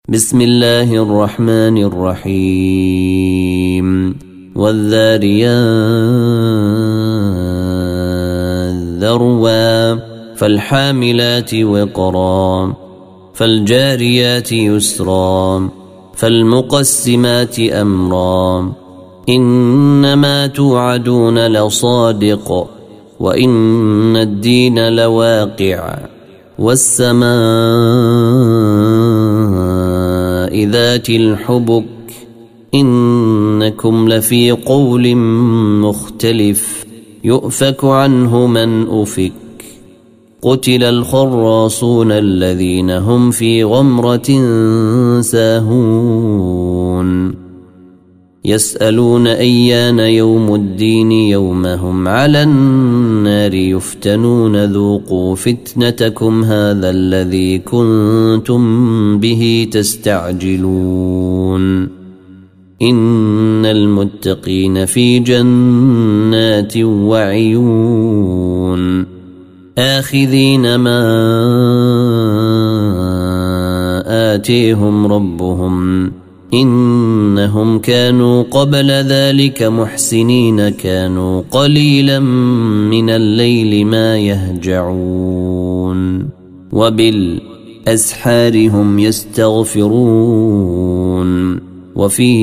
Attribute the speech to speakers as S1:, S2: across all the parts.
S1: بسم الله الرحمن الرحيم والذاريات ذروا فالحاملات وقرا فالجاريات يسرا فالمقسمات أمرا إنما توعدون لصادق وإن الدين لواقع والسماء ذات الحبك إنكم لفي قول مختلف يؤفك عنه من أفك قتل الخراصون الذين هم في غمرة ساهون يسألون أيان يوم الدين يوم هم على النار يفتنون ذوقوا فتنتكم هذا الذي كنتم به تستعجلون إن المتقين في جنات وعيون آخذين ما آتيهم ربهم إنهم كانوا قبل ذلك محسنين كانوا قليلا من الليل ما يهجعون وبالأسحار هم يستغفرون وفي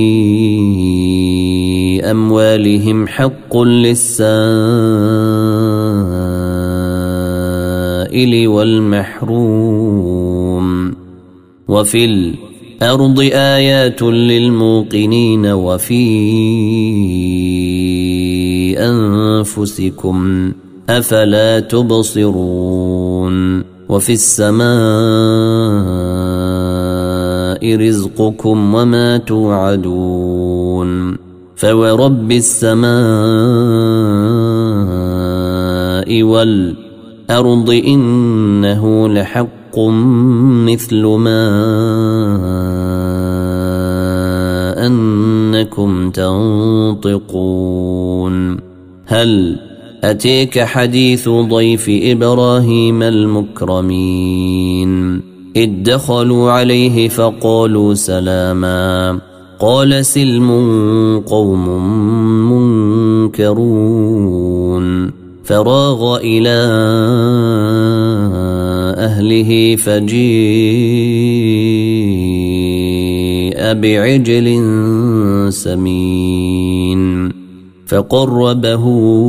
S1: أموالهم حق للسائل والمحروم وفي الأرض آيات للموقنين وفي أنفسكم أفلا تبصرون وفي السماء رزقكم وما توعدون فورب السماء والأرض إنه لحق مثل ما أنكم تنطقون هل أتيك حديث ضيف إبراهيم المكرمين إذ دخلوا عليه فقالوا سلاما قال سلم قوم منكرون فراغ إلى أهله فجيء بعجل سمين فقربه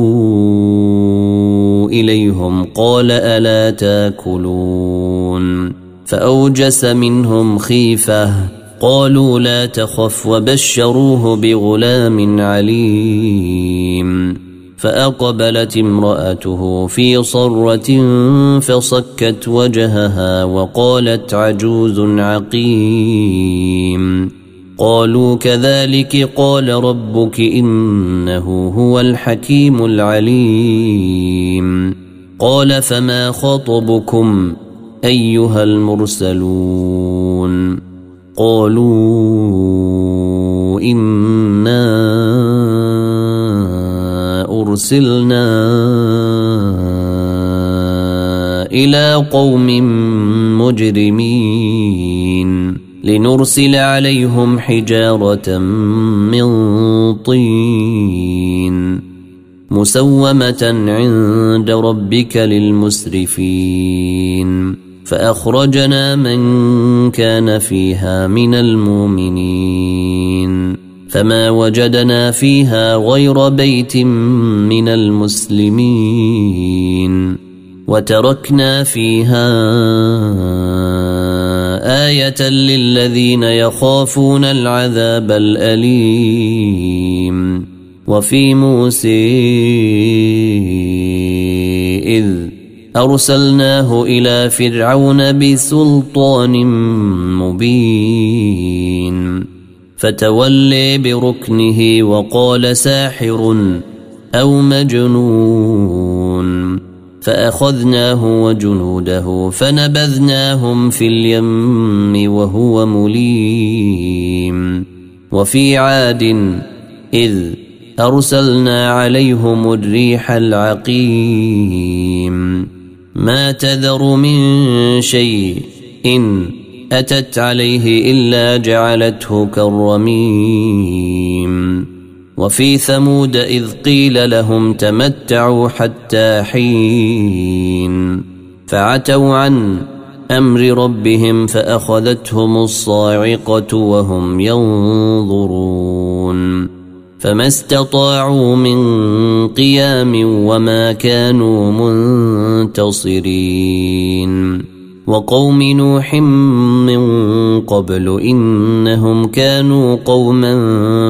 S1: إليهم قال ألا تاكلون فأوجس منهم خيفة قالوا لا تخف وبشروه بغلام عليم فأقبلت امرأته في صرة فصكت وجهها وقالت عجوز عقيم قالوا كذلك قال ربك إنه هو الحكيم العليم قال فما خطبكم أيها المرسلون قالوا إنا أرسلنا إلى قوم مجرمين لنرسل عليهم حجارة من طين مسومة عند ربك للمسرفين فأخرجنا من كان فيها من المؤمنين فما وجدنا فيها غير بيت من المسلمين وتركنا فيها آية للذين يخافون العذاب الأليم وفي موسى إذ أرسلناه إلى فرعون بسلطان مبين فتولي بركنه وقال ساحر أو مجنون فأخذناه وجنوده فنبذناهم في اليم وهو مليم وفي عاد إذ أرسلنا عليهم الريح العقيم ما تذر من شيء إن أتت عليه إلا جعلته كالرميم. وفي ثمود إذ قيل لهم تمتعوا حتى حين فعتوا عن أمر ربهم فأخذتهم الصاعقة وهم ينظرون فما استطاعوا من قيام وما كانوا منتصرين. وقوم نوح من قبل إنهم كانوا قوما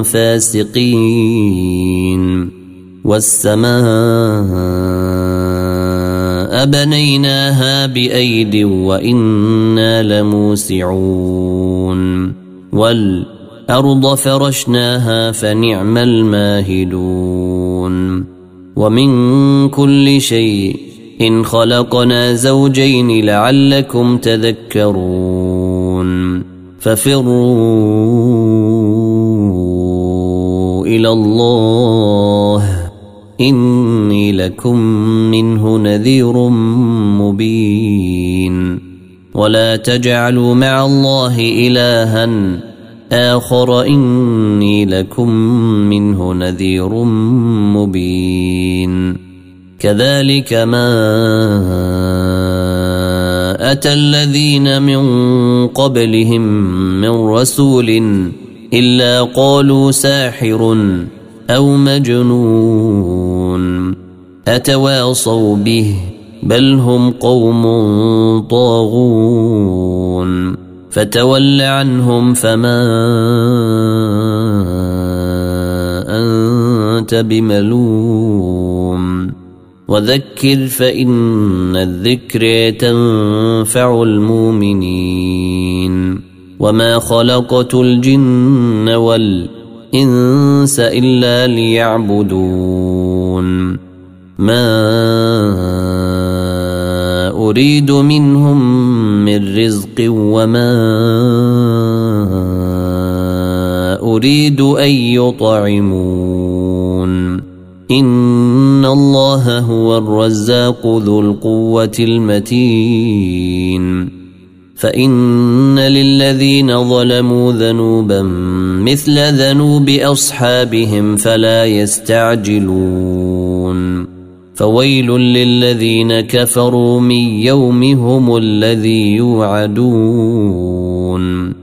S1: فاسقين. والسماء بنيناها بأيد وإنا لموسعون والأرض فرشناها فنعم الماهدون. ومن كل شيء إن خلقنا زوجين لعلكم تذكرون. ففروا إلى الله إني لكم منه نذير مبين. ولا تجعلوا مع الله إلها آخر إني لكم منه نذير مبين. كذلك ما أتى الذين من قبلهم من رسول إلا قالوا ساحر أو مجنون أتواصوا به بل هم قوم طاغون. فتول عنهم فما أنت بملوم وذكر فإن الذكر تنفع المؤمنين. وما خلقت الجن والإنس إلا ليعبدون ما أريد منهم من رزق وما أريد أن يطعمون إن الله هو الرزاق ذو القوة المتين. فإن للذين ظلموا ذنوبا مثل ذنوب أصحابهم فلا يستعجلون. فويل للذين كفروا من يومهم الذي يوعدون.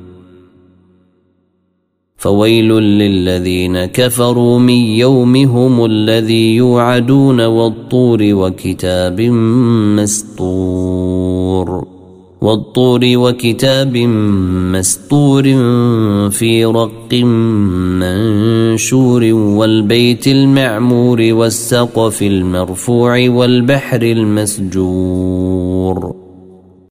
S1: فويل للذين كفروا من يومهم الذي يوعدون والطور وكتاب مسطور في رق منشور والبيت المعمور والسقف المرفوع والبحر المسجور.